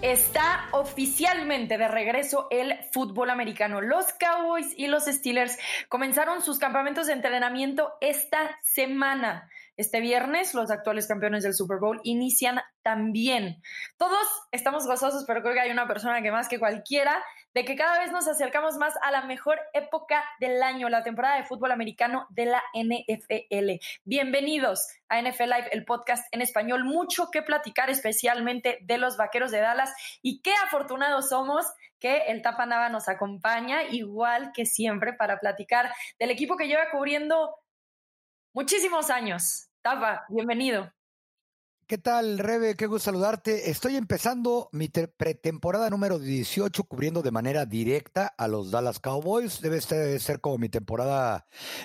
Está oficialmente de regreso el fútbol americano. Los Cowboys y los Steelers comenzaron sus campamentos de entrenamiento esta semana. Este viernes, los actuales campeones del Super Bowl inician también. Todos estamos gozosos, pero creo que hay una persona que más que cualquiera, de que cada vez nos acercamos más a la mejor época del año, la temporada de fútbol americano de la NFL. Bienvenidos a NFL Live, el podcast en español. Mucho que platicar, especialmente de los Vaqueros de Dallas. Y qué afortunados somos que el Tapa Nava nos acompaña, igual que siempre, para platicar del equipo que lleva cubriendo muchísimos años. Tapa, bienvenido. ¿Qué tal, Rebe? Qué gusto saludarte. Estoy empezando mi pretemporada número 18 cubriendo de manera directa a los Dallas Cowboys. Debe ser como mi temporada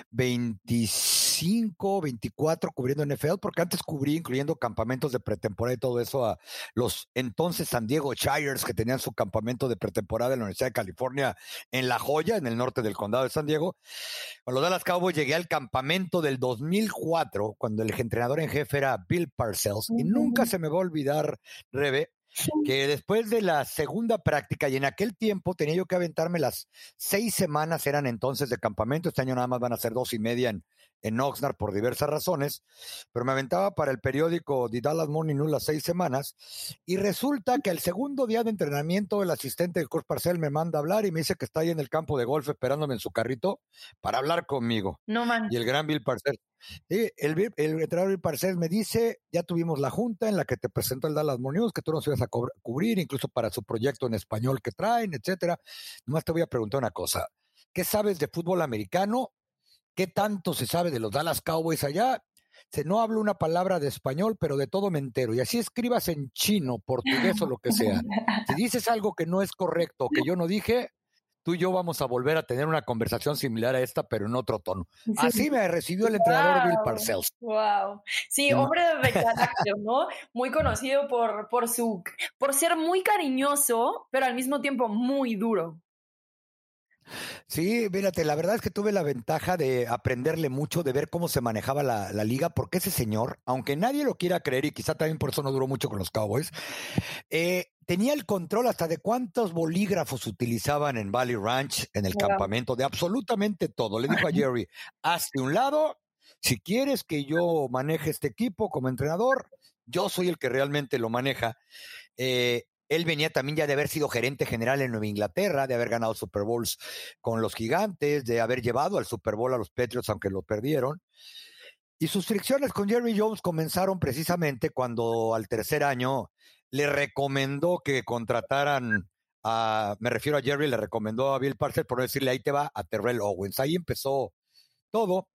25, 24 cubriendo NFL, porque antes cubrí, incluyendo campamentos de pretemporada y todo eso, a los entonces San Diego Chargers, que tenían su campamento de pretemporada en la Universidad de California en La Joya, en el norte del condado de San Diego. Con los Dallas Cowboys llegué al campamento del 2004, cuando el entrenador en jefe era Bill Parcells. Y nunca se me va a olvidar, Rebe, que después de la segunda práctica, y en aquel tiempo tenía yo que aventarme las 6 semanas, eran entonces de campamento, este año nada más van a ser 2.5 en Oxnard por diversas razones, pero me aventaba para el periódico The Dallas Morning News las 6 semanas, y resulta que al segundo día de entrenamiento el asistente de coach Parcells me manda a hablar y me dice que está ahí en el campo de golf esperándome en su carrito para hablar conmigo. No, man. Y el gran Bill Parcells. Sí, el entrenador Bill Parcells me dice, ya tuvimos la junta en la que te presentó el Dallas Morning News, que tú nos ibas a cubrir, incluso para su proyecto en español que traen, etcétera. Nomás te voy a preguntar una cosa. ¿Qué sabes de fútbol americano? ¿Qué tanto se sabe de los Dallas Cowboys allá? No hablo una palabra de español, pero de todo me entero. Y así escribas en chino, portugués o lo que sea. Si dices algo que no es correcto, que yo no dije, tú y yo vamos a volver a tener una conversación similar a esta, pero en otro tono. Sí. Así me recibió el entrenador Bill Parcells. Wow. Sí, hombre de carácter, ¿no? Muy conocido por ser muy cariñoso, pero al mismo tiempo muy duro. Sí, mírate, la verdad es que tuve la ventaja de aprenderle mucho, de ver cómo se manejaba la liga, porque ese señor, aunque nadie lo quiera creer, y quizá también por eso no duró mucho con los Cowboys, tenía el control hasta de cuántos bolígrafos utilizaban en Valley Ranch, en el campamento, de absolutamente todo. Le dijo a Jerry, hazte un lado, si quieres que yo maneje este equipo como entrenador, yo soy el que realmente lo maneja. Él venía también ya de haber sido gerente general en Nueva Inglaterra, de haber ganado Super Bowls con los Gigantes, de haber llevado al Super Bowl a los Patriots, aunque lo perdieron. Y sus fricciones con Jerry Jones comenzaron precisamente cuando al tercer año le recomendó que contrataran me refiero a Jerry, le recomendó a Bill Parcells por decirle, ahí te va, a Terrell Owens. Ahí empezó todo.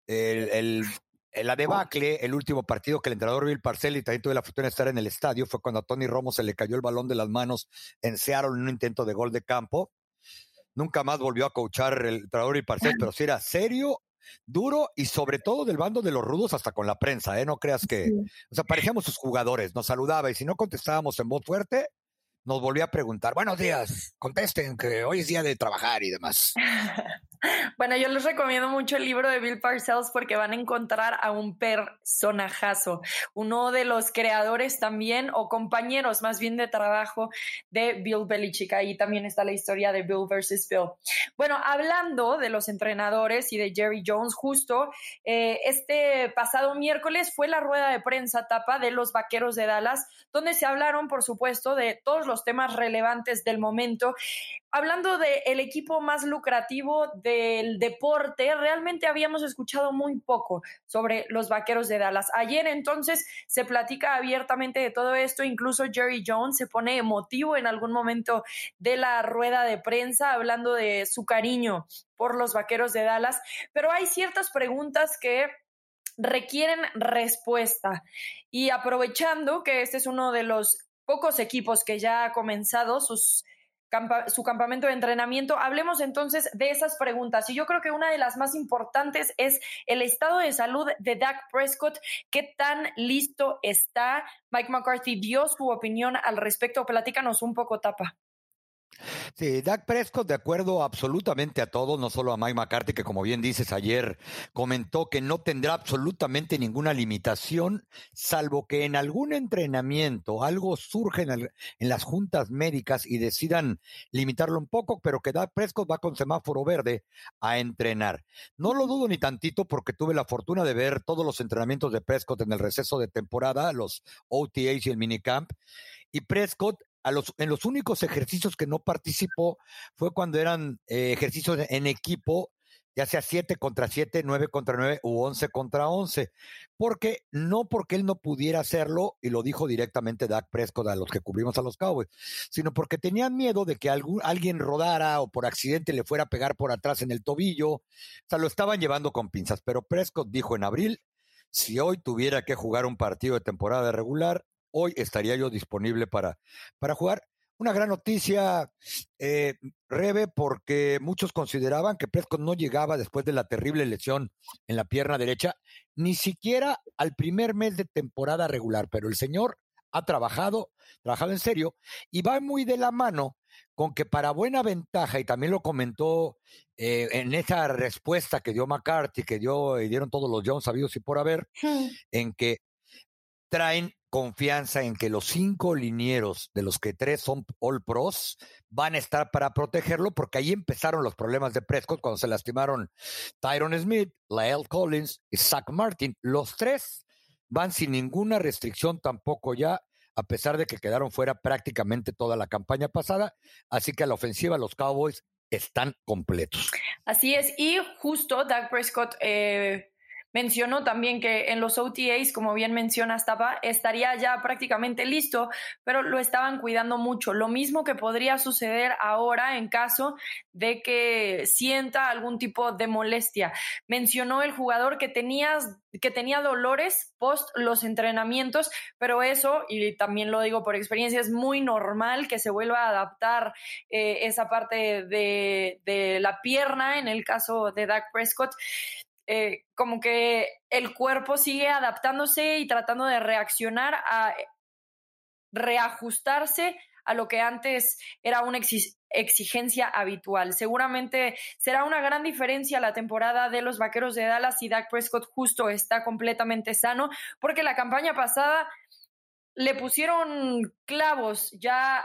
La debacle, el último partido que el entrenador Bill Parcells, y también tuve la fortuna de estar en el estadio, fue cuando a Tony Romo se le cayó el balón de las manos en Seattle en un intento de gol de campo. Nunca más volvió a coachar el entrenador Bill Parcells, pero sí era serio, duro y sobre todo del bando de los rudos hasta con la prensa, ¿eh? No creas que... Sí. O sea, parecíamos sus jugadores, nos saludaba y si no contestábamos en voz fuerte, nos volvía a preguntar, buenos días, contesten que hoy es día de trabajar y demás. Bueno, yo les recomiendo mucho el libro de Bill Parcells porque van a encontrar a un personajazo, uno de los creadores también, o compañeros más bien de trabajo de Bill Belichick. Ahí también está la historia de Bill versus Bill. Bueno, hablando de los entrenadores y de Jerry Jones, justo este pasado miércoles fue la rueda de prensa Tapa de los Vaqueros de Dallas, donde se hablaron, por supuesto, de todos los temas relevantes del momento. Hablando del equipo más lucrativo del deporte, realmente habíamos escuchado muy poco sobre los Vaqueros de Dallas. Ayer entonces se platica abiertamente de todo esto, incluso Jerry Jones se pone emotivo en algún momento de la rueda de prensa hablando de su cariño por los Vaqueros de Dallas, pero hay ciertas preguntas que requieren respuesta y aprovechando que este es uno de los pocos equipos que ya ha comenzado su campamento de entrenamiento, hablemos entonces de esas preguntas. Y yo creo que una de las más importantes es el estado de salud de Dak Prescott. ¿Qué tan listo está? Mike McCarthy dio su opinión al respecto. Platícanos un poco, Tapa. Sí, Dak Prescott, de acuerdo absolutamente a todo, no solo a Mike McCarthy, que como bien dices ayer, comentó que no tendrá absolutamente ninguna limitación, salvo que en algún entrenamiento algo surge en las juntas médicas y decidan limitarlo un poco, pero que Dak Prescott va con semáforo verde a entrenar. No lo dudo ni tantito porque tuve la fortuna de ver todos los entrenamientos de Prescott en el receso de temporada, los OTAs y el minicamp, y Prescott en los únicos ejercicios que no participó fue cuando eran ejercicios en equipo, ya sea 7 contra 7, 9 contra 9 u 11 contra 11. Porque él no pudiera hacerlo, y lo dijo directamente Dak Prescott a los que cubrimos a los Cowboys, sino porque tenían miedo de que alguien rodara o por accidente le fuera a pegar por atrás en el tobillo. O sea, lo estaban llevando con pinzas. Pero Prescott dijo en abril, si hoy tuviera que jugar un partido de temporada regular, hoy estaría yo disponible para jugar. Una gran noticia, Rebe, porque muchos consideraban que Prescott no llegaba después de la terrible lesión en la pierna derecha, ni siquiera al primer mes de temporada regular, pero el señor ha trabajado en serio, y va muy de la mano con que para buena ventaja, y también lo comentó en esa respuesta que dio McCarthy, y dieron todos los Jones sabidos y por haber, en que traen confianza en que los 5 linieros, de los que 3 son All Pros, van a estar para protegerlo, porque ahí empezaron los problemas de Prescott cuando se lastimaron Tyron Smith, La'el Collins y Zach Martin. Los 3 van sin ninguna restricción tampoco ya, a pesar de que quedaron fuera prácticamente toda la campaña pasada. Así que a la ofensiva los Cowboys están completos. Así es, y justo Dak Prescott mencionó también que en los OTAs, como bien mencionas, Tapa, estaría ya prácticamente listo, pero lo estaban cuidando mucho. Lo mismo que podría suceder ahora en caso de que sienta algún tipo de molestia. Mencionó el jugador que tenía dolores post los entrenamientos, pero eso, y también lo digo por experiencia, es muy normal que se vuelva a adaptar esa parte de la pierna en el caso de Dak Prescott. Como que el cuerpo sigue adaptándose y tratando de reaccionar a reajustarse a lo que antes era una exigencia habitual. Seguramente será una gran diferencia la temporada de los Vaqueros de Dallas y Dak Prescott justo está completamente sano, porque la campaña pasada le pusieron clavos ya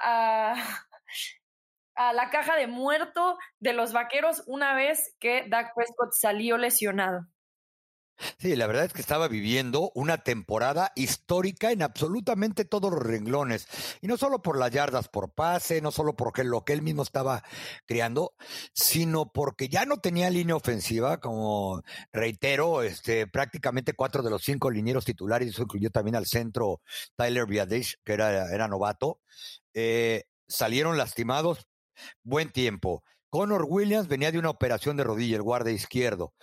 a la caja de muerto de los Vaqueros una vez que Dak Prescott salió lesionado. Sí, la verdad es que estaba viviendo una temporada histórica en absolutamente todos los renglones. Y no solo por las yardas por pase, no solo porque lo que él mismo estaba creando, sino porque ya no tenía línea ofensiva, como reitero, prácticamente 4 de los 5 linieros titulares, eso incluyó también al centro Tyler Biadasz, que era novato, salieron lastimados buen tiempo. Connor Williams venía de una operación de rodilla, el guardia izquierdo.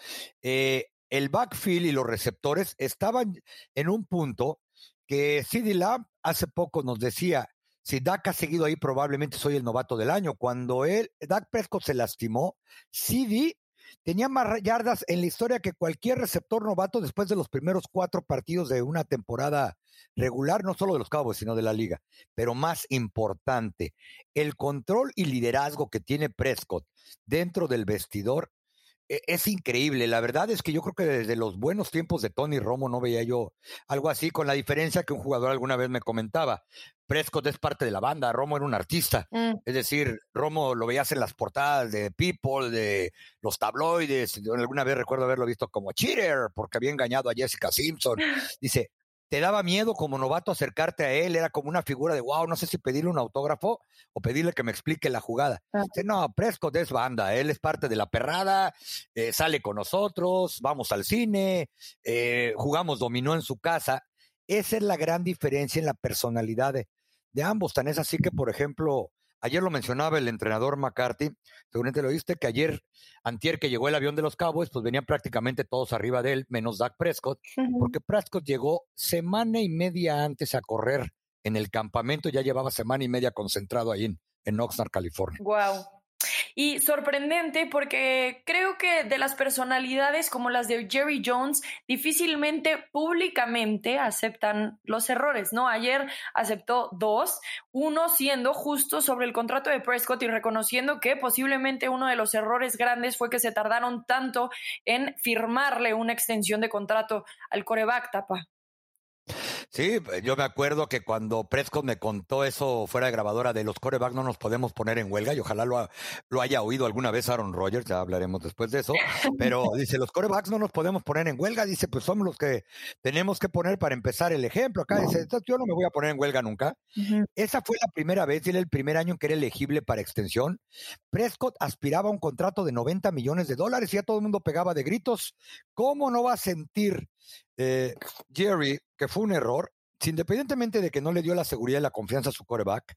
El backfield y los receptores estaban en un punto que CeeDee Lamb hace poco nos decía, si Dak ha seguido ahí probablemente soy el novato del año. Cuando Dak Prescott se lastimó, CeeDee tenía más yardas en la historia que cualquier receptor novato después de los primeros 4 partidos de una temporada regular, no solo de los Cowboys, sino de la liga. Pero más importante, el control y liderazgo que tiene Prescott dentro del vestidor es increíble. La verdad es que yo creo que desde los buenos tiempos de Tony Romo no veía yo algo así, con la diferencia que un jugador alguna vez me comentaba. Prescott es parte de la banda, Romo era un artista. Es decir, Romo lo veías en las portadas de People, de los tabloides. Yo alguna vez recuerdo haberlo visto como cheater, porque había engañado a Jessica Simpson. Dice, te daba miedo como novato acercarte a él, era como una figura de wow, no sé si pedirle un autógrafo o pedirle que me explique la jugada. Dice, no, Prescott es banda, él es parte de la perrada, sale con nosotros, vamos al cine, jugamos dominó en su casa. Esa es la gran diferencia en la personalidad de ambos. Tan es así que, por ejemplo, ayer lo mencionaba el entrenador McCarthy, seguramente lo viste, que antier que llegó el avión de los Cowboys, pues venían prácticamente todos arriba de él, menos Dak Prescott, porque Prescott llegó semana y media antes a correr en el campamento, ya llevaba semana y media concentrado ahí en Oxnard, California. Wow. Y sorprendente porque creo que de las personalidades como las de Jerry Jones difícilmente públicamente aceptan los errores, ¿no? Ayer aceptó dos, uno siendo justo sobre el contrato de Prescott y reconociendo que posiblemente uno de los errores grandes fue que se tardaron tanto en firmarle una extensión de contrato al quarterback, Tapa. Sí, yo me acuerdo que cuando Prescott me contó eso fuera de grabadora de los quarterbacks no nos podemos poner en huelga, y ojalá lo haya oído alguna vez Aaron Rodgers, ya hablaremos después de eso, pero dice, los quarterbacks no nos podemos poner en huelga, dice, pues somos los que tenemos que poner para empezar el ejemplo acá, dice, yo no me voy a poner en huelga nunca. Esa fue la primera vez, y era el primer año en que era elegible para extensión. Prescott aspiraba a un contrato de $90 millones, y ya todo el mundo pegaba de gritos. ¿Cómo no va a sentir Jerry que fue un error, independientemente de que no le dio la seguridad y la confianza a su quarterback?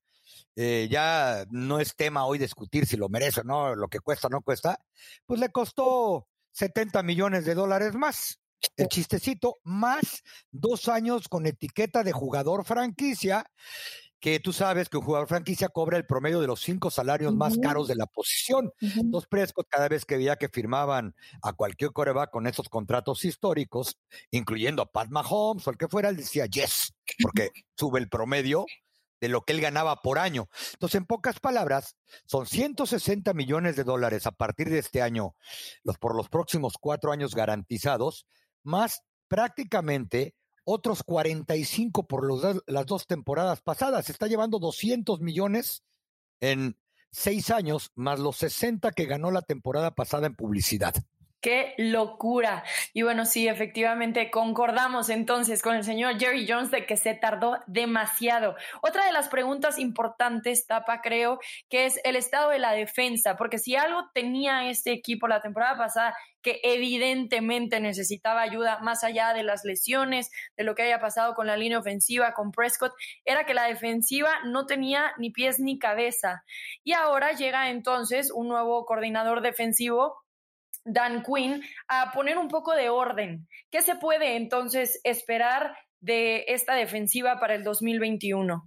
Ya no es tema hoy discutir si lo merece o no, lo que cuesta o no cuesta, pues le costó $70 millones más. El chistecito, más 2 años con etiqueta de jugador franquicia, que tú sabes que un jugador franquicia cobra el promedio de los 5 salarios más caros de la posición. Entonces Prescott, cada vez que veía que firmaban a cualquier quarterback con esos contratos históricos, incluyendo a Pat Mahomes o el que fuera, él decía yes, porque sube el promedio de lo que él ganaba por año. Entonces, en pocas palabras, son $160 millones a partir de este año, por los próximos 4 años garantizados, más prácticamente otros 45 por las 2 temporadas pasadas. Se está llevando 200 millones en 6 años, más los 60 que ganó la temporada pasada en publicidad. ¡Qué locura! Y bueno, sí, efectivamente concordamos entonces con el señor Jerry Jones de que se tardó demasiado. Otra de las preguntas importantes, Tapa, creo que es el estado de la defensa, porque si algo tenía este equipo la temporada pasada, que evidentemente necesitaba ayuda más allá de las lesiones, de lo que haya pasado con la línea ofensiva, con Prescott, era que la defensiva no tenía ni pies ni cabeza. Y ahora llega entonces un nuevo coordinador defensivo, Dan Quinn, a poner un poco de orden. ¿Qué se puede entonces esperar de esta defensiva para el 2021?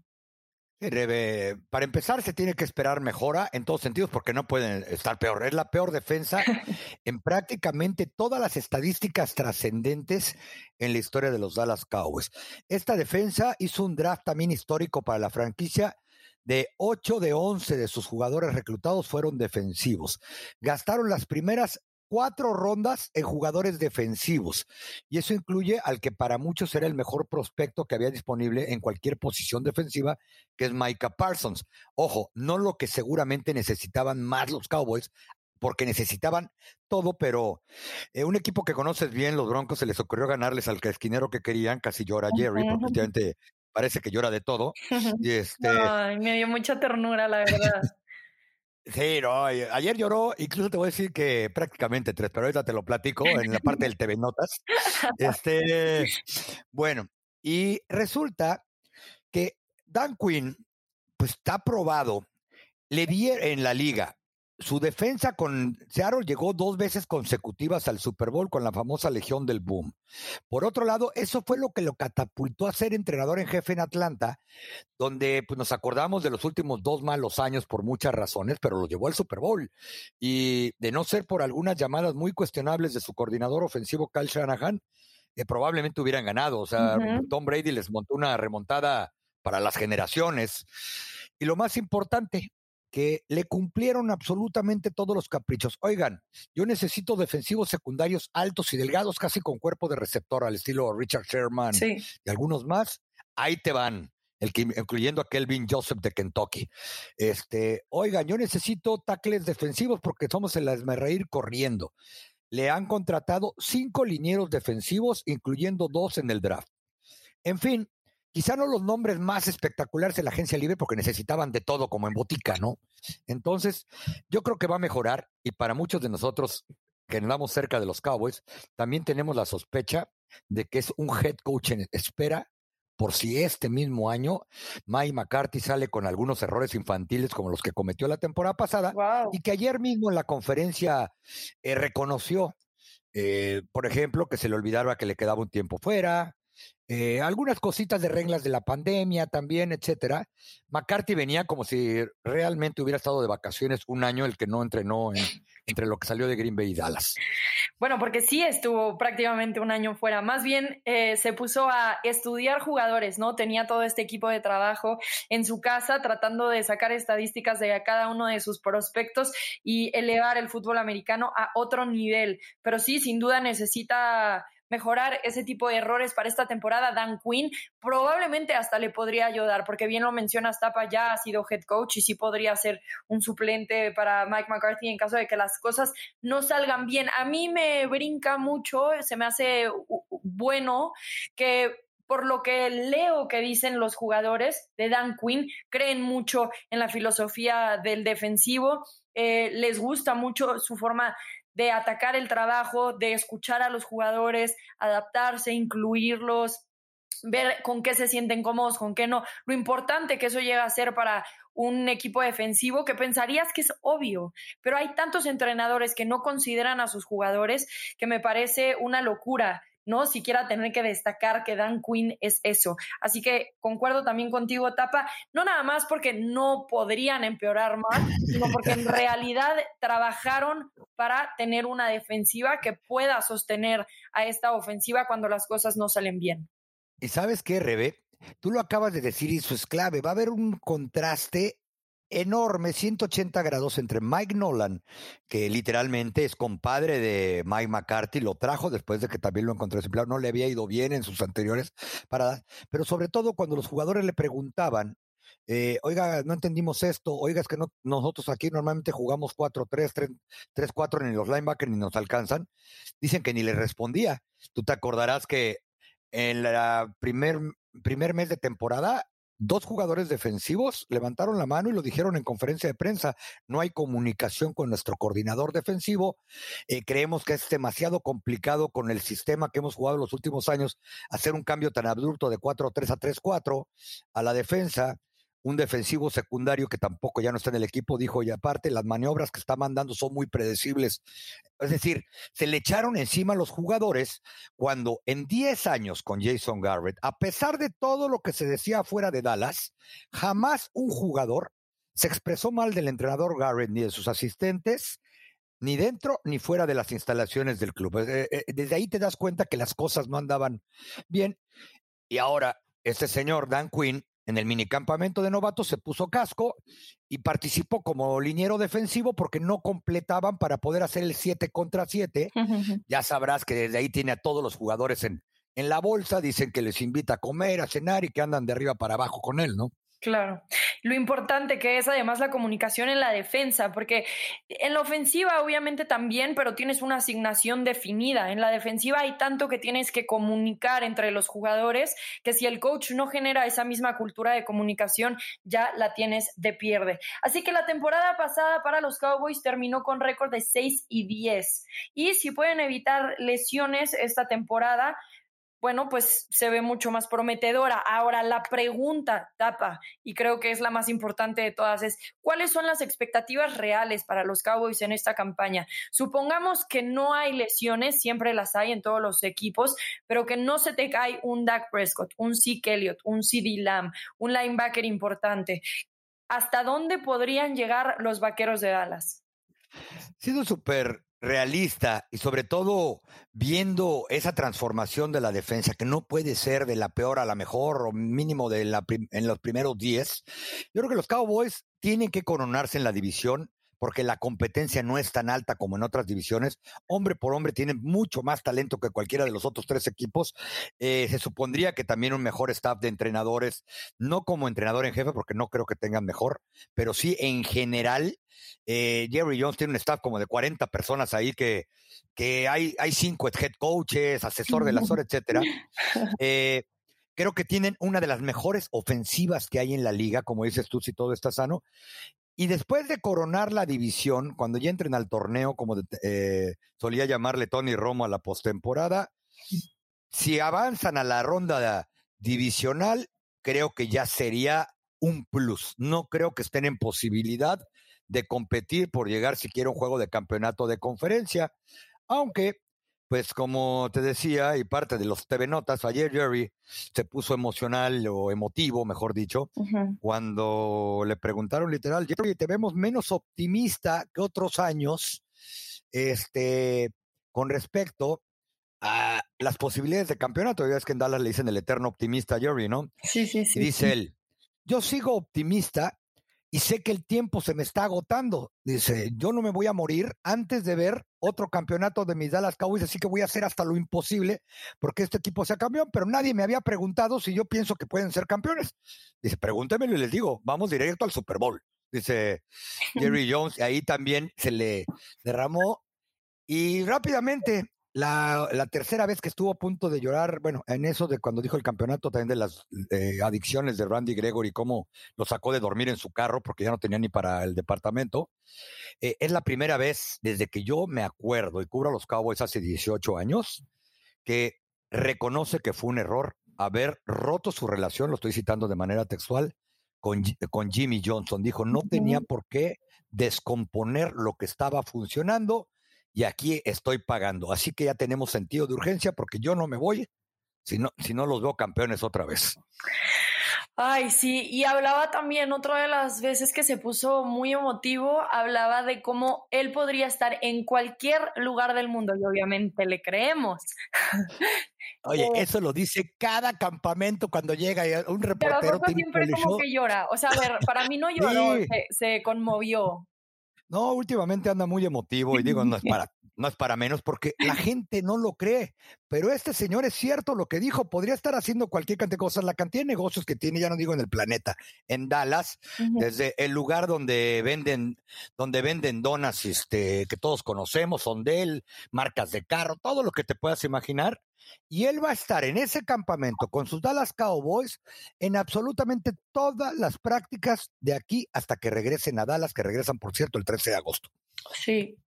Para empezar, se tiene que esperar mejora en todos sentidos porque no pueden estar peor. Es la peor defensa en prácticamente todas las estadísticas trascendentes en la historia de los Dallas Cowboys. Esta defensa hizo un draft también histórico para la franquicia. De 8 de 11 de sus jugadores reclutados fueron defensivos. Gastaron las primeras 4 rondas en jugadores defensivos, y eso incluye al que para muchos era el mejor prospecto que había disponible en cualquier posición defensiva, que es Micah Parsons. Ojo, no lo que seguramente necesitaban más los Cowboys, porque necesitaban todo, pero un equipo que conoces bien, los Broncos, se les ocurrió ganarles al esquinero que querían, casi llora Jerry, porque últimamente parece que llora de todo. Y Ay, me dio mucha ternura, la verdad. Sí, no, ayer lloró, incluso te voy a decir que prácticamente 3, pero ahorita te lo platico en la parte del TV Notas. Bueno, y resulta que Dan Quinn, pues está probado, le di en la liga. Su defensa con Seattle llegó 2 veces consecutivas al Super Bowl con la famosa Legión del Boom. Por otro lado, eso fue lo que lo catapultó a ser entrenador en jefe en Atlanta, donde pues, nos acordamos de los últimos 2 malos años por muchas razones, pero lo llevó al Super Bowl. Y de no ser por algunas llamadas muy cuestionables de su coordinador ofensivo, Kyle Shanahan, probablemente hubieran ganado. O sea, Tom Brady les montó una remontada para las generaciones. Y lo más importante, que le cumplieron absolutamente todos los caprichos. Oigan, yo necesito defensivos secundarios altos y delgados, casi con cuerpo de receptor, al estilo Richard Sherman y algunos más. Ahí te van, incluyendo a Kelvin Joseph de Kentucky. Oigan, yo necesito tackles defensivos porque somos el hazmerreír corriendo. Le han contratado 5 linieros defensivos, incluyendo 2 en el draft. En fin, quizá no los nombres más espectaculares de la agencia libre porque necesitaban de todo como en botica, ¿no? Entonces, yo creo que va a mejorar, y para muchos de nosotros que andamos cerca de los Cowboys, también tenemos la sospecha de que es un head coach en espera por si este mismo año Mike McCarthy sale con algunos errores infantiles como los que cometió la temporada pasada, y que ayer mismo en la conferencia reconoció, por ejemplo, que se le olvidaba que le quedaba un tiempo fuera, algunas cositas de reglas de la pandemia también, etcétera. McCarthy venía como si realmente hubiera estado de vacaciones un año el que no entrenó entre lo que salió de Green Bay y Dallas. Bueno, porque sí estuvo prácticamente un año fuera. Más bien se puso a estudiar jugadores, ¿no? Tenía todo este equipo de trabajo en su casa tratando de sacar estadísticas de cada uno de sus prospectos y elevar el fútbol americano a otro nivel. Pero sí, sin duda necesita mejorar ese tipo de errores para esta temporada. Dan Quinn probablemente hasta le podría ayudar, porque bien lo mencionas, Tapa ya ha sido head coach y sí podría ser un suplente para Mike McCarthy en caso de que las cosas no salgan bien. A mí me brinca mucho, se me hace bueno que por lo que leo que dicen los jugadores de Dan Quinn, creen mucho en la filosofía del defensivo, les gusta mucho su forma de atacar el trabajo, de escuchar a los jugadores, adaptarse, incluirlos, ver con qué se sienten cómodos, con qué no. Lo importante que eso llega a ser para un equipo defensivo que pensarías que es obvio, pero hay tantos entrenadores que no consideran a sus jugadores que me parece una locura, ¿no? Siquiera tener que destacar que Dan Quinn es eso. Así que concuerdo también contigo, Tapa, no nada más porque no podrían empeorar más, sino porque en realidad trabajaron para tener una defensiva que pueda sostener a esta ofensiva cuando las cosas no salen bien. ¿Y sabes qué, Rebe? Tú lo acabas de decir y eso es clave. Va a haber un contraste enorme, 180 grados entre Mike Nolan, que literalmente es compadre de Mike McCarthy, lo trajo después de que también lo encontró desempleado, no le había ido bien en sus anteriores paradas, pero sobre todo cuando los jugadores le preguntaban, oiga, no entendimos esto, oiga, es que no, nosotros aquí normalmente jugamos 4-3, 3-4 en los linebackers ni nos alcanzan, dicen que ni le respondía. Tú te acordarás que en la primer mes de temporada, 2 jugadores defensivos levantaron la mano y lo dijeron en conferencia de prensa. No hay comunicación con nuestro coordinador defensivo. Creemos que es demasiado complicado con el sistema que hemos jugado los últimos años hacer un cambio tan abrupto de 4-3 a 3-4 a la defensa. Un defensivo secundario que tampoco ya no está en el equipo dijo, y aparte las maniobras que está mandando son muy predecibles. Es decir, se le echaron encima a los jugadores cuando en 10 años con Jason Garrett, a pesar de todo lo que se decía fuera de Dallas, jamás un jugador se expresó mal del entrenador Garrett ni de sus asistentes, ni dentro ni fuera de las instalaciones del club. Desde ahí te das cuenta que las cosas no andaban bien. Y ahora, este señor Dan Quinn, en el minicampamento de novatos se puso casco y participó como liniero defensivo porque no completaban para poder hacer el 7 contra 7. Ya sabrás que desde ahí tiene a todos los jugadores en la bolsa, dicen que les invita a comer, a cenar y que andan de arriba para abajo con él, ¿no? Claro. Lo importante que es además la comunicación en la defensa, porque en la ofensiva obviamente también, pero tienes una asignación definida. En la defensiva hay tanto que tienes que comunicar entre los jugadores que si el coach no genera esa misma cultura de comunicación, ya la tienes de pierde. Así que la temporada pasada para los Cowboys terminó con récord de 6-10. Y si pueden evitar lesiones esta temporada, bueno, pues se ve mucho más prometedora. Ahora, la pregunta, Tapa, y creo que es la más importante de todas, es ¿cuáles son las expectativas reales para los Cowboys en esta campaña? Supongamos que no hay lesiones, siempre las hay en todos los equipos, pero que no se te cae un Dak Prescott, un Zeke Elliott, un CeeDee Lamb, un linebacker importante. ¿Hasta dónde podrían llegar los Vaqueros de Dallas? Siendo súper realista y sobre todo viendo esa transformación de la defensa que no puede ser de la peor a la mejor o mínimo de en los primeros 10, yo creo que los Cowboys tienen que coronarse en la división porque la competencia no es tan alta como en otras divisiones. Hombre por hombre tienen mucho más talento que cualquiera de los otros 3 equipos. Se supondría que también un mejor staff de entrenadores, no como entrenador en jefe porque no creo que tengan mejor, pero sí en general. Jerry Jones tiene un staff como de 40 personas ahí que hay 5 head coaches, asesor del asesor, etcétera. Creo que tienen una de las mejores ofensivas que hay en la liga, como dices tú, si todo está sano. Y después de coronar la división, cuando ya entren al torneo, como solía llamarle Tony Romo a la postemporada, si avanzan a la ronda divisional, creo que ya sería un plus. No creo que estén en posibilidad de competir por llegar siquiera a un juego de campeonato de conferencia, aunque pues como te decía, y parte de los TV Notas, ayer Jerry se puso emocional o emotivo, mejor dicho, cuando le preguntaron literal, Jerry, te vemos menos optimista que otros años, con respecto a las posibilidades de campeonato. Ya es que en Dallas le dicen el eterno optimista a Jerry, ¿no? Sí. Y dice él, yo sigo optimista y sé que el tiempo se me está agotando. Dice, yo no me voy a morir antes de ver otro campeonato de mis Dallas Cowboys, así que voy a hacer hasta lo imposible porque este equipo sea campeón, pero nadie me había preguntado si yo pienso que pueden ser campeones. Dice, pregúntemelo y les digo, vamos directo al Super Bowl. Dice Jerry Jones, y ahí también se le derramó. Y rápidamente, la tercera vez que estuvo a punto de llorar, bueno, en eso de cuando dijo el campeonato, también de las adicciones de Randy Gregory, cómo lo sacó de dormir en su carro porque ya no tenía ni para el departamento, es la primera vez desde que yo me acuerdo y cubro a los Cowboys hace 18 años que reconoce que fue un error haber roto su relación, lo estoy citando de manera textual, con Jimmy Johnson. Dijo, no tenía por qué descomponer lo que estaba funcionando, y aquí estoy pagando. Así que ya tenemos sentido de urgencia porque yo no me voy si no los veo campeones otra vez. Ay, sí, y hablaba también, otra de las veces que se puso muy emotivo, hablaba de cómo él podría estar en cualquier lugar del mundo y obviamente le creemos. Oye, eso lo dice cada campamento cuando llega un Pero reportero. Coco siempre como que llora. O sea, a ver, para mí no lloró, Sí. se conmovió. No, últimamente anda muy emotivo y digo, no es para menos porque la gente no lo cree, pero este señor es cierto lo que dijo, podría estar haciendo cualquier cantidad de cosas, la cantidad de negocios que tiene, ya no digo en el planeta, en Dallas, desde el lugar donde venden donas, que todos conocemos, son de él, marcas de carro, todo lo que te puedas imaginar. Y él va a estar en ese campamento con sus Dallas Cowboys en absolutamente todas las prácticas de aquí hasta que regresen a Dallas, que regresan, por cierto, el 13 de agosto. Sí.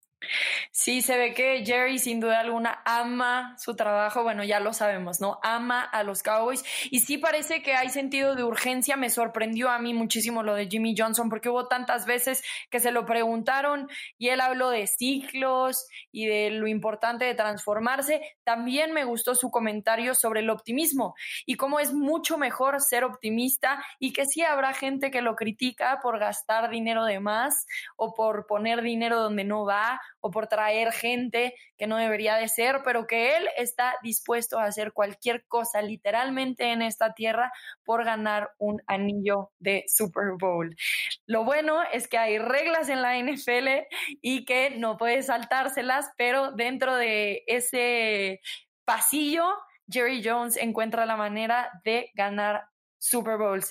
Sí, se ve que Jerry sin duda alguna ama su trabajo, bueno, ya lo sabemos, ¿no? Ama a los Cowboys y sí parece que hay sentido de urgencia. Me sorprendió a mí muchísimo lo de Jimmy Johnson porque hubo tantas veces que se lo preguntaron y él habló de ciclos y de lo importante de transformarse. También me gustó su comentario sobre el optimismo y cómo es mucho mejor ser optimista y que sí habrá gente que lo critica por gastar dinero de más o por poner dinero donde no va o por traer gente que no debería de ser, pero que él está dispuesto a hacer cualquier cosa literalmente en esta tierra por ganar un anillo de Super Bowl. Lo bueno es que hay reglas en la NFL y que no puedes saltárselas, pero dentro de ese pasillo, Jerry Jones encuentra la manera de ganar Super Bowls.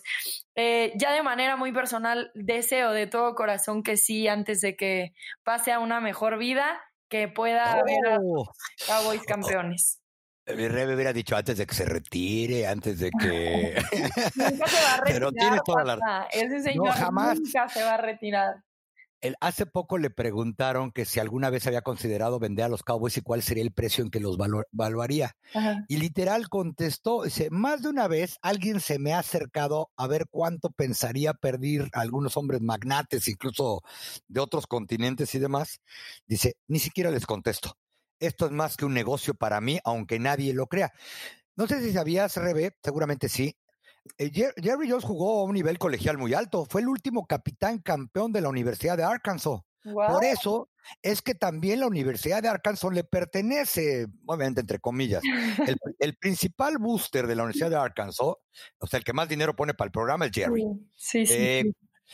Ya de manera muy personal, deseo de todo corazón que sí, antes de que pase a una mejor vida, que pueda haber a los Cowboys campeones. Mi Rebe hubiera dicho antes de que se retire, antes de que... Nunca se va a retirar, pero tiene toda la... Ese señor no, jamás. Nunca se va a retirar. Hace poco le preguntaron que si alguna vez había considerado vender a los Cowboys y cuál sería el precio en que los valuaría. Y literal contestó, dice, más de una vez alguien se me ha acercado a ver cuánto pensaría perder a algunos hombres magnates, incluso de otros continentes y demás. Dice, ni siquiera les contesto. Esto es más que un negocio para mí, aunque nadie lo crea. No sé si sabías, Rebe, seguramente sí. Jerry Jones jugó a un nivel colegial muy alto. Fue el último capitán campeón de la Universidad de Arkansas. Wow. Por eso es que también la Universidad de Arkansas le pertenece, obviamente entre comillas. El principal booster de la Universidad de Arkansas, o sea, el que más dinero pone para el programa es Jerry. Sí.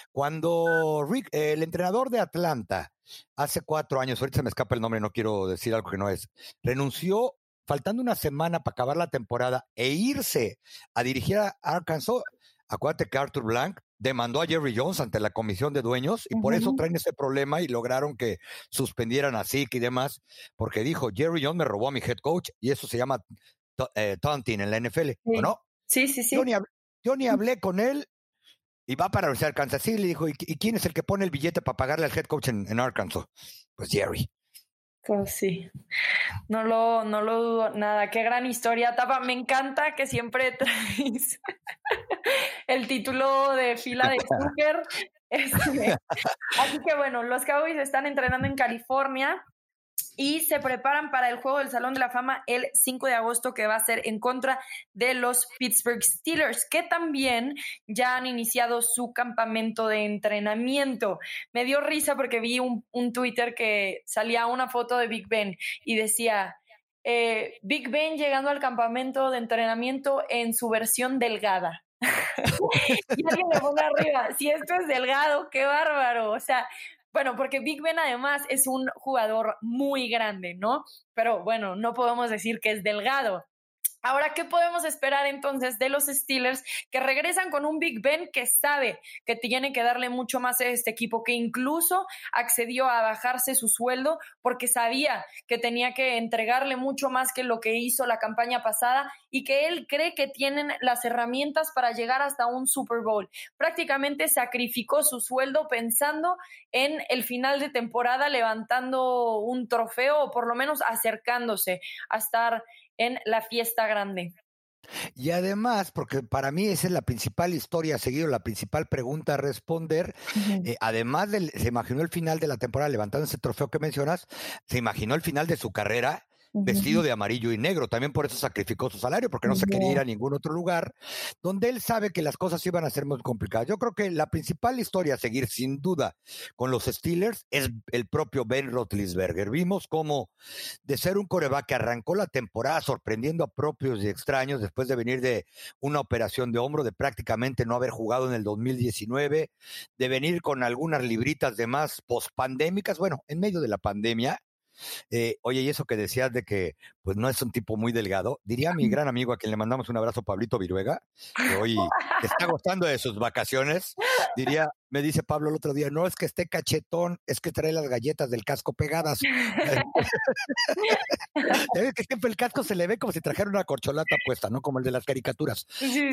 Cuando el entrenador de Atlanta, hace 4 años, ahorita se me escapa el nombre, no quiero decir algo que no es, renunció faltando una semana para acabar la temporada e irse a dirigir a Arkansas. Acuérdate que Arthur Blank demandó a Jerry Jones ante la comisión de dueños y por eso traen ese problema y lograron que suspendieran a Zeke y demás, porque dijo, Jerry Jones me robó a mi head coach y eso se llama taunting en la NFL, ¿o no? Sí. Yo ni hablé con él y va para la Universidad de Arkansas. Sí, le dijo, ¿y quién es el que pone el billete para pagarle al head coach en Arkansas? Pues Jerry. Pues sí, no lo dudo nada. Qué gran historia, Tapa. Me encanta que siempre traes el título de fila de Zucker. Así que bueno, los Cowboys están entrenando en California y se preparan para el juego del Salón de la Fama el 5 de agosto, que va a ser en contra de los Pittsburgh Steelers, que también ya han iniciado su campamento de entrenamiento. Me dio risa porque vi un Twitter que salía una foto de Big Ben y decía... Big Ben llegando al campamento de entrenamiento en su versión delgada. Y alguien le pone arriba, si esto es delgado, qué bárbaro. O sea, bueno, porque Big Ben además es un jugador muy grande, ¿no? Pero bueno, no podemos decir que es delgado. Ahora, ¿qué podemos esperar entonces de los Steelers que regresan con un Big Ben que sabe que tiene que darle mucho más a este equipo, que incluso accedió a bajarse su sueldo porque sabía que tenía que entregarle mucho más que lo que hizo la campaña pasada y que él cree que tienen las herramientas para llegar hasta un Super Bowl? Prácticamente sacrificó su sueldo pensando en el final de temporada levantando un trofeo o por lo menos acercándose a estar en la fiesta grande. Y además, porque para mí esa es la principal historia a seguir, la principal pregunta a responder, además se imaginó el final de la temporada levantando ese trofeo que mencionas, se imaginó el final de su carrera vestido de amarillo y negro, también por eso sacrificó su salario, porque no se quería ir a ningún otro lugar, donde él sabe que las cosas iban a ser muy complicadas. Yo creo que la principal historia a seguir, sin duda, con los Steelers, es el propio Ben Roethlisberger. Vimos cómo, de ser un quarterback que arrancó la temporada sorprendiendo a propios y extraños, después de venir de una operación de hombro, de prácticamente no haber jugado en el 2019, de venir con algunas libritas de más pospandémicas, bueno, en medio de la pandemia. Oye, y eso que decías de que pues no es un tipo muy delgado, diría mi gran amigo a quien le mandamos un abrazo, Pablito Viruega, que hoy está gozando de sus vacaciones, me dice Pablo el otro día, no es que esté cachetón, es que trae las galletas del casco pegadas. Es que siempre el casco se le ve como si trajera una corcholata puesta, ¿no? Como el de las caricaturas. Sí.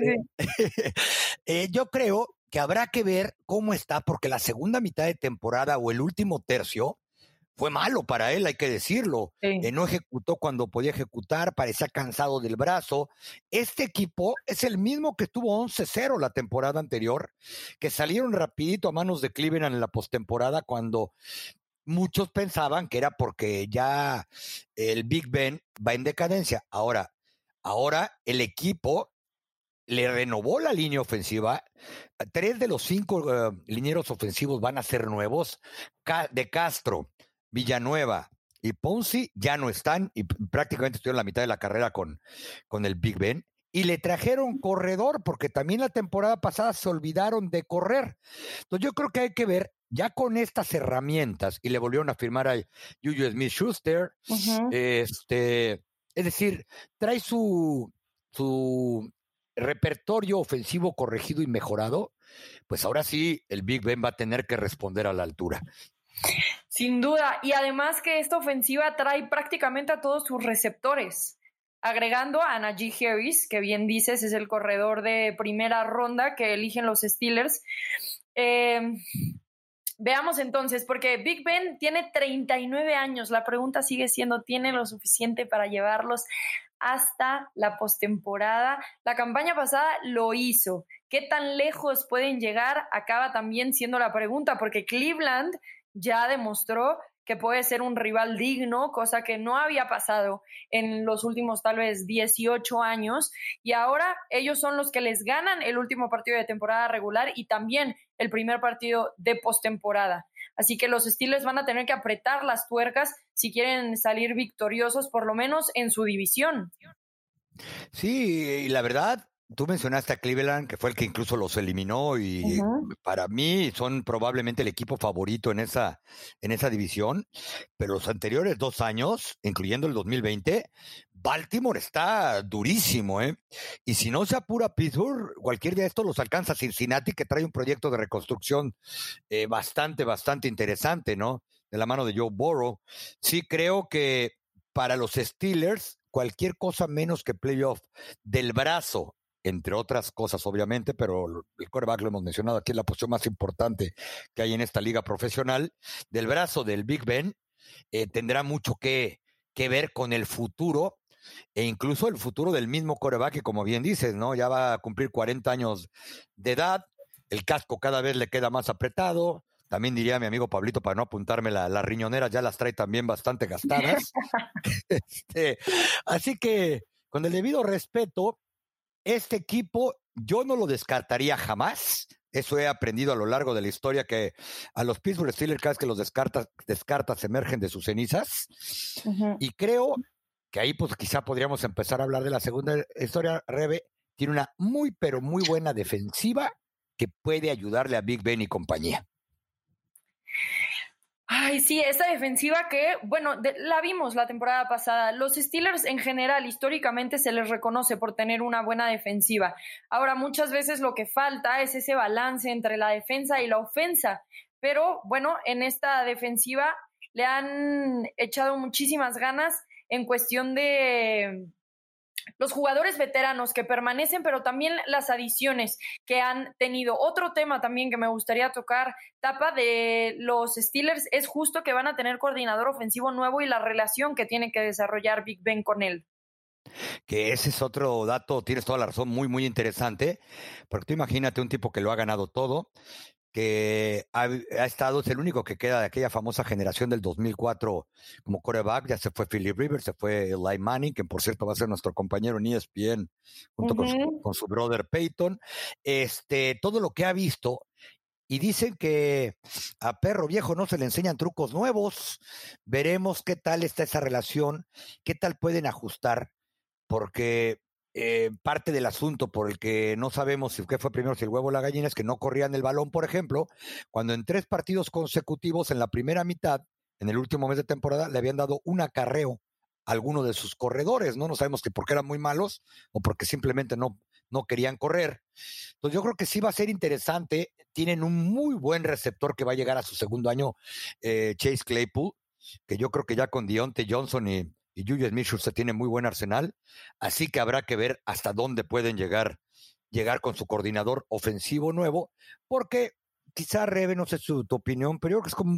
Yo creo que habrá que ver cómo está, porque la segunda mitad de temporada o el último tercio fue malo para él, hay que decirlo. Sí. No ejecutó cuando podía ejecutar, parecía cansado del brazo. Este equipo es el mismo que estuvo 11-0 la temporada anterior, que salieron rapidito a manos de Cleveland en la postemporada cuando muchos pensaban que era porque ya el Big Ben va en decadencia. Ahora el equipo le renovó la línea ofensiva. 3 de los 5 linieros ofensivos van a ser nuevos. De Castro, Villanueva y Ponzi ya no están y prácticamente estuvieron la mitad de la carrera con el Big Ben. Y le trajeron corredor porque también la temporada pasada se olvidaron de correr. Entonces yo creo que hay que ver ya con estas herramientas, y le volvieron a firmar a Juju Smith-Schuster, es decir, trae su repertorio ofensivo corregido y mejorado, pues ahora sí el Big Ben va a tener que responder a la altura. Sin duda, y además que esta ofensiva trae prácticamente a todos sus receptores, agregando a Najee Harris, que bien dices es el corredor de primera ronda que eligen los Steelers. Veamos entonces, porque Big Ben tiene 39 años, la pregunta sigue siendo, ¿tiene lo suficiente para llevarlos hasta la postemporada? La campaña pasada lo hizo. ¿Qué tan lejos pueden llegar? Acaba también siendo la pregunta, porque Cleveland ya demostró que puede ser un rival digno, cosa que no había pasado en los últimos tal vez 18 años, y ahora ellos son los que les ganan el último partido de temporada regular y también el primer partido de postemporada. Así que los Steelers van a tener que apretar las tuercas si quieren salir victoriosos, por lo menos en su división. Sí, y la verdad, tú mencionaste a Cleveland, que fue el que incluso los eliminó, y para mí son probablemente el equipo favorito en esa división, pero los anteriores 2 años, incluyendo el 2020, Baltimore está durísimo, ¿eh? Y si no se apura Pittsburgh, cualquier día de estos los alcanza Cincinnati, que trae un proyecto de reconstrucción bastante interesante, ¿no? De la mano de Joe Burrow. Sí, creo que para los Steelers, cualquier cosa menos que playoff del brazo, entre otras cosas obviamente, pero el quarterback lo hemos mencionado aquí, es la posición más importante que hay en esta liga profesional, del brazo del Big Ben, tendrá mucho que ver con el futuro, e incluso el futuro del mismo quarterback, que como bien dices, ¿no? Ya va a cumplir 40 años de edad, el casco cada vez le queda más apretado, También diría mi amigo Pablito, para no apuntarme las riñoneras, ya las trae también bastante gastadas. Así que, con el debido respeto, este equipo yo no lo descartaría jamás. Eso he aprendido a lo largo de la historia, que a los Pittsburgh Steelers cada vez que los descartas emergen de sus cenizas. Uh-huh. Y creo que ahí pues quizá podríamos empezar a hablar de la segunda historia. Rebe tiene una muy pero muy buena defensiva que puede ayudarle a Big Ben y compañía. Ay, sí, esta defensiva que, bueno, la vimos la temporada pasada. Los Steelers en general, históricamente, se les reconoce por tener una buena defensiva. Ahora, muchas veces lo que falta es ese balance entre la defensa y la ofensa. Pero, bueno, en esta defensiva le han echado muchísimas ganas en cuestión de los jugadores veteranos que permanecen, pero también las adiciones que han tenido. Otro tema también que me gustaría tocar, Tapa, de los Steelers, es justo que van a tener coordinador ofensivo nuevo y la relación que tiene que desarrollar Big Ben con él. Que ese es otro dato, tienes toda la razón, muy, muy interesante, porque tú imagínate un tipo que lo ha ganado todo, que ha estado, es el único que queda de aquella famosa generación del 2004 como quarterback. Ya se fue Philip Rivers, se fue Eli Manning, que por cierto va a ser nuestro compañero en ESPN, junto con su brother Peyton. Todo lo que ha visto, y dicen que a perro viejo no se le enseñan trucos nuevos. Veremos qué tal está esa relación, qué tal pueden ajustar, porque parte del asunto por el que no sabemos si qué fue primero, si el huevo o la gallina, es que no corrían el balón, por ejemplo, cuando en 3 partidos consecutivos en la primera mitad, en el último mes de temporada, le habían dado un acarreo a alguno de sus corredores, ¿no? No sabemos que porque eran muy malos o porque simplemente no querían correr. Entonces yo creo que sí va a ser interesante. Tienen un muy buen receptor que va a llegar a su segundo año, Chase Claypool, que yo creo que ya con Diontae Johnson y Julius Smith se tiene muy buen arsenal, así que habrá que ver hasta dónde pueden llegar con su coordinador ofensivo nuevo, porque quizá, Rebe, no sé tu opinión, pero yo creo que es como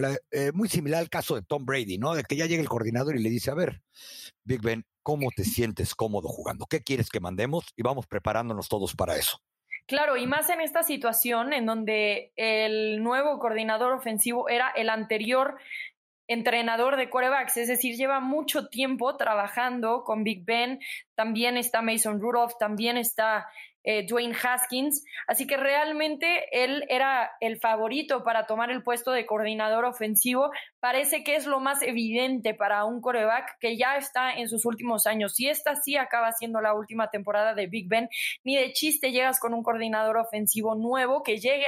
muy similar al caso de Tom Brady, ¿no? De que ya llega el coordinador y le dice, a ver, Big Ben, ¿cómo te sientes cómodo jugando? ¿Qué quieres que mandemos? Y vamos preparándonos todos para eso. Claro, y más en esta situación en donde el nuevo coordinador ofensivo era el anterior entrenador de quarterbacks, es decir, lleva mucho tiempo trabajando con Big Ben. También está Mason Rudolph, también está Dwayne Haskins, así que realmente él era el favorito para tomar el puesto de coordinador ofensivo. Parece que es lo más evidente para un quarterback que ya está en sus últimos años. Si esta sí acaba siendo la última temporada de Big Ben, ni de chiste llegas con un coordinador ofensivo nuevo que llegue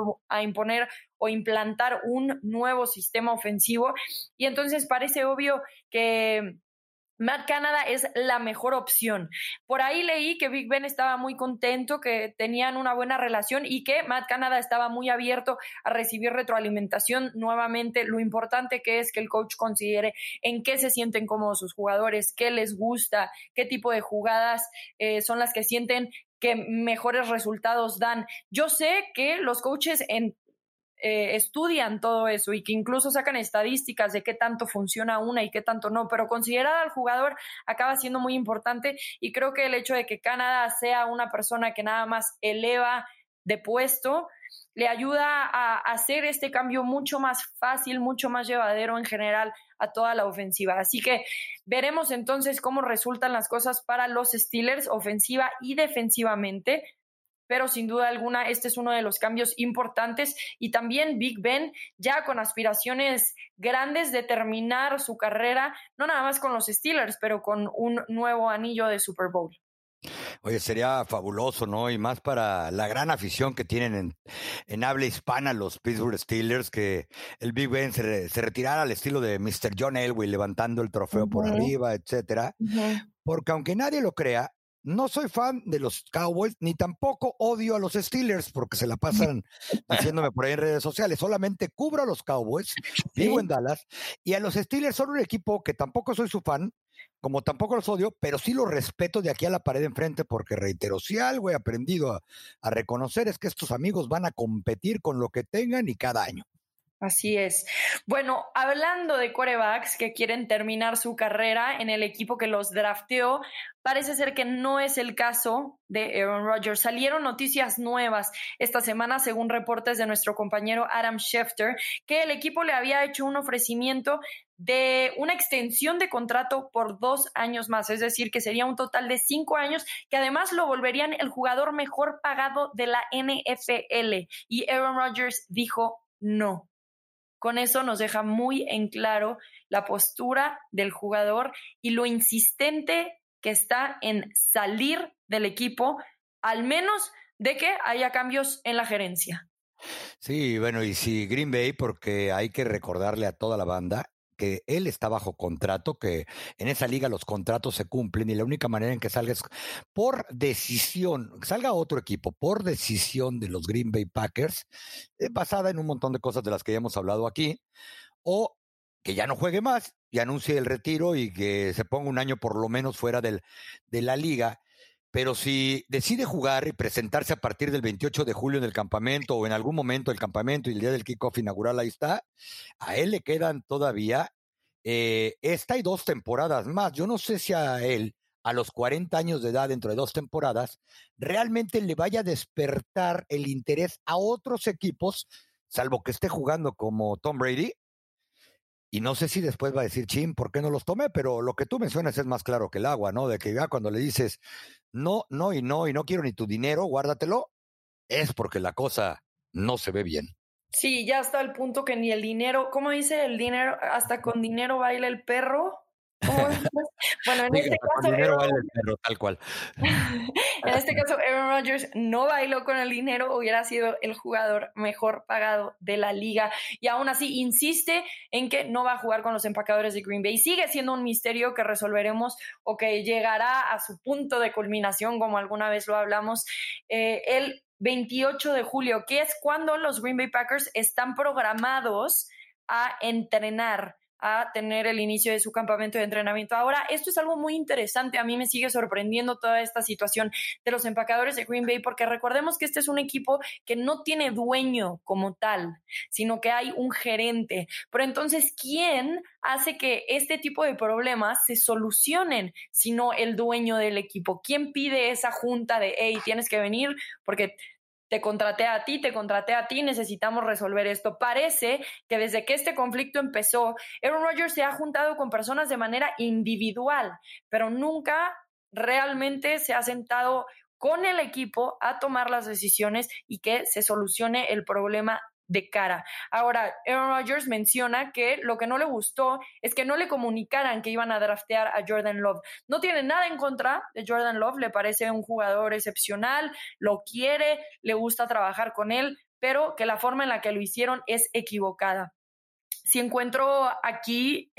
a imponer o implantar un nuevo sistema ofensivo, y entonces parece obvio que Matt Canada es la mejor opción. Por ahí leí que Big Ben estaba muy contento, que tenían una buena relación y que Matt Canada estaba muy abierto a recibir retroalimentación. Nuevamente, lo importante que es que el coach considere en qué se sienten cómodos sus jugadores, qué les gusta, qué tipo de jugadas son las que sienten que mejores resultados dan. Yo sé que los coaches estudian todo eso y que incluso sacan estadísticas de qué tanto funciona una y qué tanto no, pero considerar al jugador acaba siendo muy importante, y creo que el hecho de que Canadá sea una persona que nada más eleva de puesto le ayuda a hacer este cambio mucho más fácil, mucho más llevadero en general a toda la ofensiva. Así que veremos entonces cómo resultan las cosas para los Steelers ofensiva y defensivamente. Pero sin duda alguna este es uno de los cambios importantes, y también Big Ben ya con aspiraciones grandes de terminar su carrera, no nada más con los Steelers, pero con un nuevo anillo de Super Bowl. Oye, sería fabuloso, ¿no? Y más para la gran afición que tienen en habla hispana los Pittsburgh Steelers, que el Big Ben se retirara al estilo de Mr. John Elway, levantando el trofeo por arriba, etcétera. Porque aunque nadie lo crea, no soy fan de los Cowboys, ni tampoco odio a los Steelers, porque se la pasan diciéndome por ahí en redes sociales. Solamente cubro a los Cowboys, vivo en Dallas, y a los Steelers son un equipo que tampoco soy su fan, como tampoco los odio, pero sí los respeto de aquí a la pared enfrente, porque reitero, si algo he aprendido a reconocer es que estos amigos van a competir con lo que tengan y cada año. Así es. Bueno, hablando de quarterbacks que quieren terminar su carrera en el equipo que los drafteó, parece ser que no es el caso de Aaron Rodgers. Salieron noticias nuevas esta semana, según reportes de nuestro compañero Adam Schefter, que el equipo le había hecho un ofrecimiento de una extensión de contrato por 2 años más, es decir, que sería un total de 5 años, que además lo volverían el jugador mejor pagado de la NFL. Y Aaron Rodgers dijo no. Con eso nos deja muy en claro la postura del jugador y lo insistente que está en salir del equipo, al menos de que haya cambios en la gerencia. Sí, bueno, y si Green Bay, porque hay que recordarle a toda la banda que él está bajo contrato, que en esa liga los contratos se cumplen y la única manera en que salga es por decisión, que salga otro equipo por decisión de los Green Bay Packers, basada en un montón de cosas de las que ya hemos hablado aquí, o que ya no juegue más y anuncie el retiro y que se ponga un año por lo menos fuera de la liga. Pero si decide jugar y presentarse a partir del 28 de julio en el campamento o en algún momento del campamento y el día del kickoff inaugural ahí está, a él le quedan todavía esta y 2 temporadas más. Yo no sé si a él, a los 40 años de edad, dentro de 2 temporadas, realmente le vaya a despertar el interés a otros equipos, salvo que esté jugando como Tom Brady. Y no sé si después va a decir, chin, ¿por qué no los tomé? Pero lo que tú mencionas es más claro que el agua, ¿no? De que ya cuando le dices, no, y no quiero ni tu dinero, guárdatelo, es porque la cosa no se ve bien. Sí, ya hasta el punto que ni el dinero, ¿cómo dice el dinero? Hasta con dinero baila el perro. Bueno, en este caso, dinero baila el perro, tal cual. En este caso, Aaron Rodgers no bailó con el dinero, hubiera sido el jugador mejor pagado de la liga y aún así insiste en que no va a jugar con los empacadores de Green Bay. Sigue siendo un misterio que resolveremos o que llegará a su punto de culminación, como alguna vez lo hablamos, el 28 de julio, que es cuando los Green Bay Packers están programados a entrenar, a tener el inicio de su campamento de entrenamiento. Ahora, esto es algo muy interesante. A mí me sigue sorprendiendo toda esta situación de los empacadores de Green Bay, porque recordemos que este es un equipo que no tiene dueño como tal, sino que hay un gerente. Pero entonces, ¿quién hace que este tipo de problemas se solucionen, sino el dueño del equipo? ¿Quién pide esa junta de, hey, tienes que venir porque te contraté a ti, necesitamos resolver esto? Parece que desde que este conflicto empezó, Aaron Rodgers se ha juntado con personas de manera individual, pero nunca realmente se ha sentado con el equipo a tomar las decisiones y que se solucione el problema de cara. Ahora, Aaron Rodgers menciona que lo que no le gustó es que no le comunicaran que iban a draftear a Jordan Love. No tiene nada en contra de Jordan Love, le parece un jugador excepcional, lo quiere, le gusta trabajar con él, pero que la forma en la que lo hicieron es equivocada. Si encuentro aquí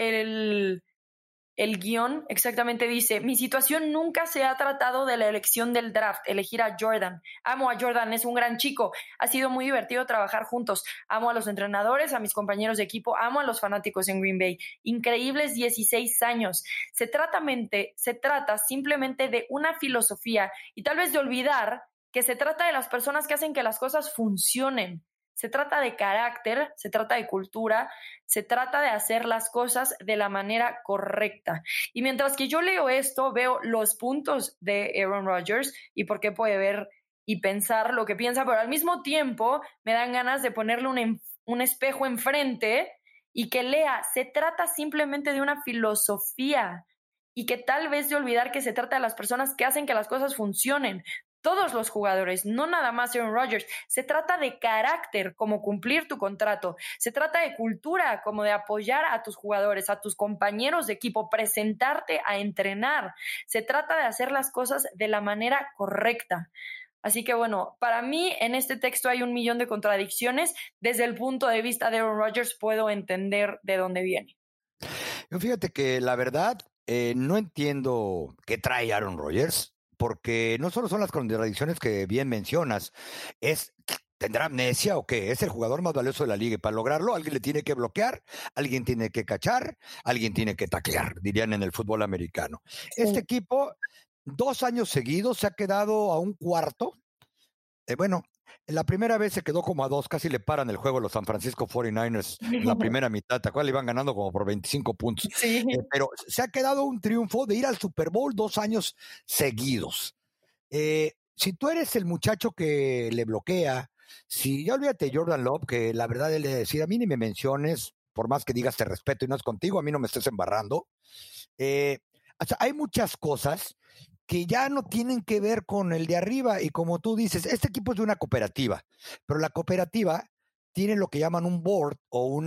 el guión, exactamente dice: mi situación nunca se ha tratado de la elección del draft, elegir a Jordan. Amo a Jordan, es un gran chico, ha sido muy divertido trabajar juntos. Amo a los entrenadores, a mis compañeros de equipo, amo a los fanáticos en Green Bay. Increíbles 16 años. Se trata simplemente de una filosofía y tal vez de olvidar que se trata de las personas que hacen que las cosas funcionen. Se trata de carácter, se trata de cultura, se trata de hacer las cosas de la manera correcta. Y mientras que yo leo esto, veo los puntos de Aaron Rodgers y por qué puede ver y pensar lo que piensa, pero al mismo tiempo me dan ganas de ponerle un espejo enfrente y que lea, se trata simplemente de una filosofía y que tal vez de olvidar que se trata de las personas que hacen que las cosas funcionen. Todos los jugadores, no nada más Aaron Rodgers. Se trata de carácter, como cumplir tu contrato. Se trata de cultura, como de apoyar a tus jugadores, a tus compañeros de equipo, presentarte a entrenar. Se trata de hacer las cosas de la manera correcta. Así que bueno, para mí en este texto hay 1,000,000 de contradicciones. Desde el punto de vista de Aaron Rodgers puedo entender de dónde viene. Fíjate que la verdad no entiendo qué trae Aaron Rodgers, porque no solo son las contradicciones que bien mencionas, ¿tendrá amnesia o qué? Es el jugador más valioso de la liga y para lograrlo alguien le tiene que bloquear, alguien tiene que cachar, alguien tiene que taclear, dirían en el fútbol americano. Sí. Este equipo 2 años seguidos se ha quedado a un cuarto. Bueno, La primera vez se quedó como a 2, casi le paran el juego los San Francisco 49ers en la primera mitad, ¿te acuerdas? Le iban ganando como por 25 puntos. Sí. Pero se ha quedado un triunfo de ir al Super Bowl 2 años seguidos. Si tú eres el muchacho que le bloquea, si ya olvídate Jordan Love, que la verdad él le decir, a mí ni me menciones, por más que digas te respeto y no es contigo, a mí no me estés embarrando. O sea, hay muchas cosas que ya no tienen que ver con el de arriba y como tú dices, este equipo es de una cooperativa, pero la cooperativa tiene lo que llaman un board o un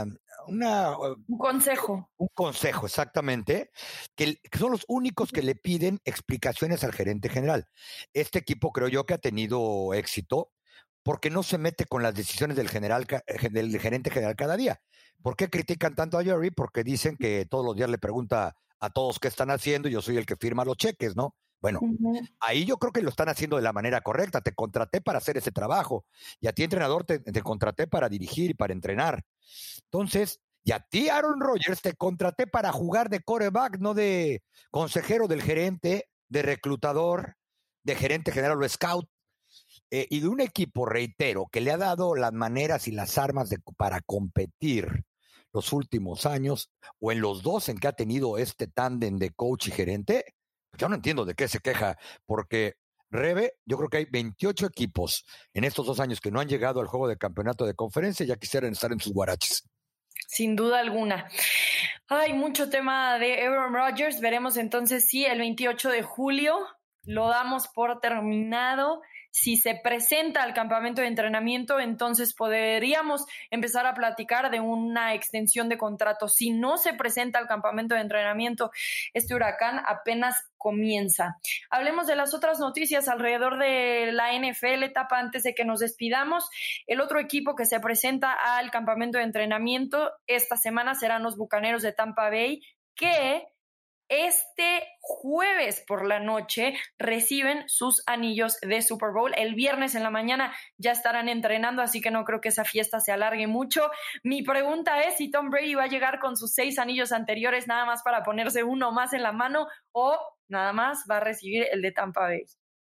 consejo. Un consejo, exactamente, que son los únicos que le piden explicaciones al gerente general. Este equipo creo yo que ha tenido éxito porque no se mete con las decisiones del gerente general cada día. ¿Por qué critican tanto a Jerry? Porque dicen que todos los días le pregunta a todos qué están haciendo y yo soy el que firma los cheques, ¿no? Bueno, ahí yo creo que lo están haciendo de la manera correcta. Te contraté para hacer ese trabajo y a ti, entrenador, te contraté para dirigir y para entrenar. Entonces, y a ti, Aaron Rodgers, te contraté para jugar de quarterback, no de consejero del gerente, de reclutador, de gerente general o scout. Y de un equipo, reitero, que le ha dado las maneras y las armas para competir los últimos años, o en los dos en que ha tenido este tándem de coach y gerente, yo no entiendo de qué se queja, porque Rebe, yo creo que hay 28 equipos en estos 2 años que no han llegado al juego de campeonato de conferencia y ya quisieran estar en sus guaraches. Sin duda alguna. Hay mucho tema de Aaron Rodgers. Veremos entonces si el 28 de julio lo damos por terminado. Si se presenta al campamento de entrenamiento, entonces podríamos empezar a platicar de una extensión de contrato. Si no se presenta al campamento de entrenamiento, este huracán apenas comienza. Hablemos de las otras noticias alrededor de la NFL, etapa antes de que nos despidamos. El otro equipo que se presenta al campamento de entrenamiento esta semana serán los Bucaneros de Tampa Bay, que este jueves por la noche reciben sus anillos de Super Bowl. El viernes en la mañana ya estarán entrenando, así que no creo que esa fiesta se alargue mucho. Mi pregunta es si Tom Brady va a llegar con sus 6 anillos anteriores nada más para ponerse uno más en la mano o nada más va a recibir el de Tampa Bay.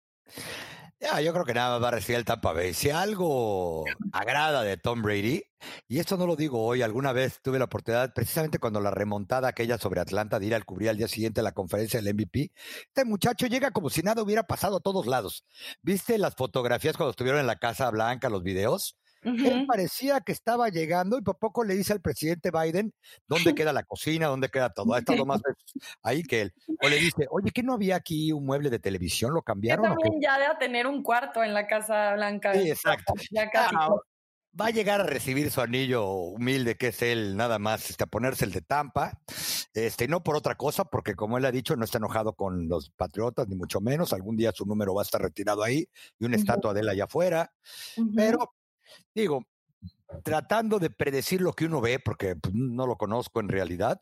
Yo creo que nada más va a recibir el Tampa Bay. Si algo agrada de Tom Brady, y esto no lo digo hoy, alguna vez tuve la oportunidad, precisamente cuando la remontada aquella sobre Atlanta, de ir al cubrir al día siguiente la conferencia del MVP, este muchacho llega como si nada hubiera pasado a todos lados. ¿Viste las fotografías cuando estuvieron en la Casa Blanca, los videos? Él parecía que estaba llegando y por poco le dice al presidente Biden dónde queda la cocina, dónde queda todo. Ha estado más ahí que él. O le dice, oye, ¿qué no había aquí un mueble de televisión? ¿Lo cambiaron? Yo también ya debe tener un cuarto en la Casa Blanca. Sí, exacto. Ya casi. Va a llegar a recibir su anillo humilde, que es él, nada más, a ponerse el de Tampa, no por otra cosa, porque como él ha dicho, no está enojado con los Patriotas, ni mucho menos. Algún día su número va a estar retirado ahí y una estatua de él allá afuera. Pero digo, tratando de predecir lo que uno ve, porque pues, no lo conozco en realidad,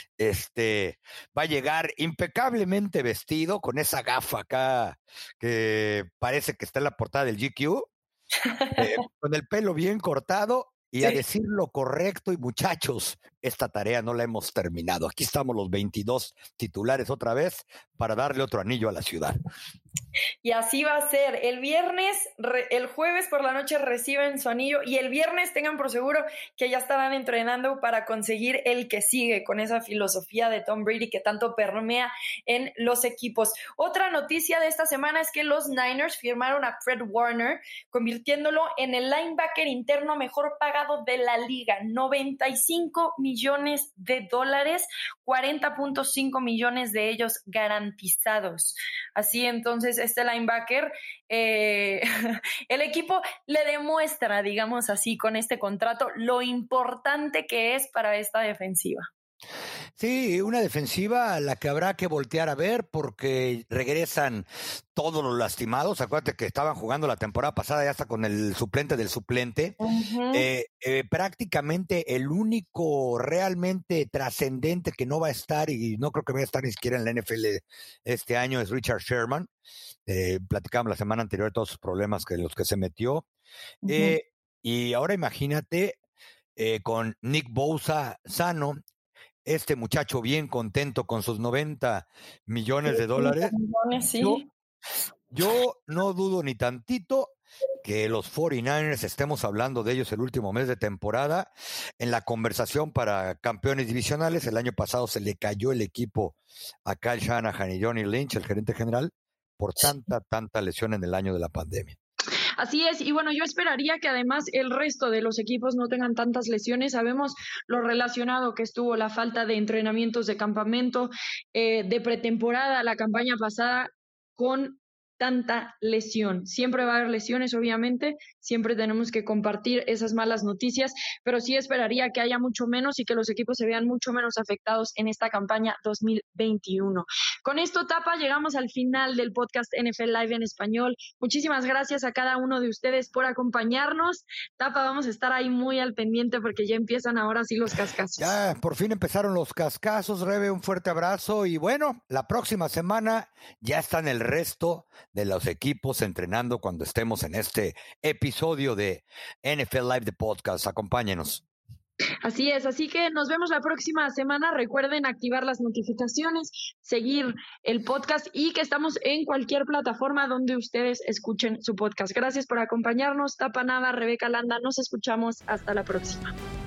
va a llegar impecablemente vestido con esa gafa acá que parece que está en la portada del GQ, con el pelo bien cortado y a decir lo correcto. Y muchachos, esta tarea no la hemos terminado. Aquí estamos los 22 titulares otra vez para darle otro anillo a la ciudad. Y así va a ser. El viernes, el jueves por la noche reciben su anillo y el viernes tengan por seguro que ya estarán entrenando para conseguir el que sigue con esa filosofía de Tom Brady que tanto permea en los equipos. Otra noticia de esta semana es que los Niners firmaron a Fred Warner, convirtiéndolo en el linebacker interno mejor pagado de la liga. $95 millones, 40.5 millones de ellos garantizados. Así entonces este linebacker, el equipo le demuestra, digamos así, con este contrato, lo importante que es para esta defensiva. Sí, una defensiva a la que habrá que voltear a ver porque regresan todos los lastimados. Acuérdate que estaban jugando la temporada pasada ya hasta con el suplente del suplente. Prácticamente el único realmente trascendente que no va a estar, y no creo que vaya a estar ni siquiera en la NFL este año, es Richard Sherman. Platicamos la semana anterior de todos sus problemas los que se metió. Y ahora imagínate con Nick Bosa sano, este muchacho bien contento con sus $90 millones. Sí. Yo no dudo ni tantito que los 49ers estemos hablando de ellos el último mes de temporada en la conversación para campeones divisionales. El año pasado se le cayó el equipo a Kyle Shanahan y Johnny Lynch, el gerente general, por tanta lesión en el año de la pandemia. Así es, y bueno, yo esperaría que además el resto de los equipos no tengan tantas lesiones. Sabemos lo relacionado que estuvo la falta de entrenamientos de campamento, de pretemporada, la campaña pasada, con tanta lesión. Siempre va a haber lesiones, obviamente, siempre tenemos que compartir esas malas noticias, pero sí esperaría que haya mucho menos y que los equipos se vean mucho menos afectados en esta campaña 2021. Con esto, Tapa, llegamos al final del podcast NFL Live en español. Muchísimas gracias a cada uno de ustedes por acompañarnos. Tapa, vamos a estar ahí muy al pendiente porque ya empiezan ahora sí los cascazos. Ya, por fin empezaron los cascazos, Rebe, un fuerte abrazo y bueno, la próxima semana ya están el resto de los equipos entrenando cuando estemos en este episodio de NFL Live de Podcast. Acompáñenos. Así es, así que nos vemos la próxima semana. Recuerden activar las notificaciones, seguir el podcast y que estamos en cualquier plataforma donde ustedes escuchen su podcast. Gracias por acompañarnos. Tapa Nava, Rebeca Landa, nos escuchamos. Hasta la próxima.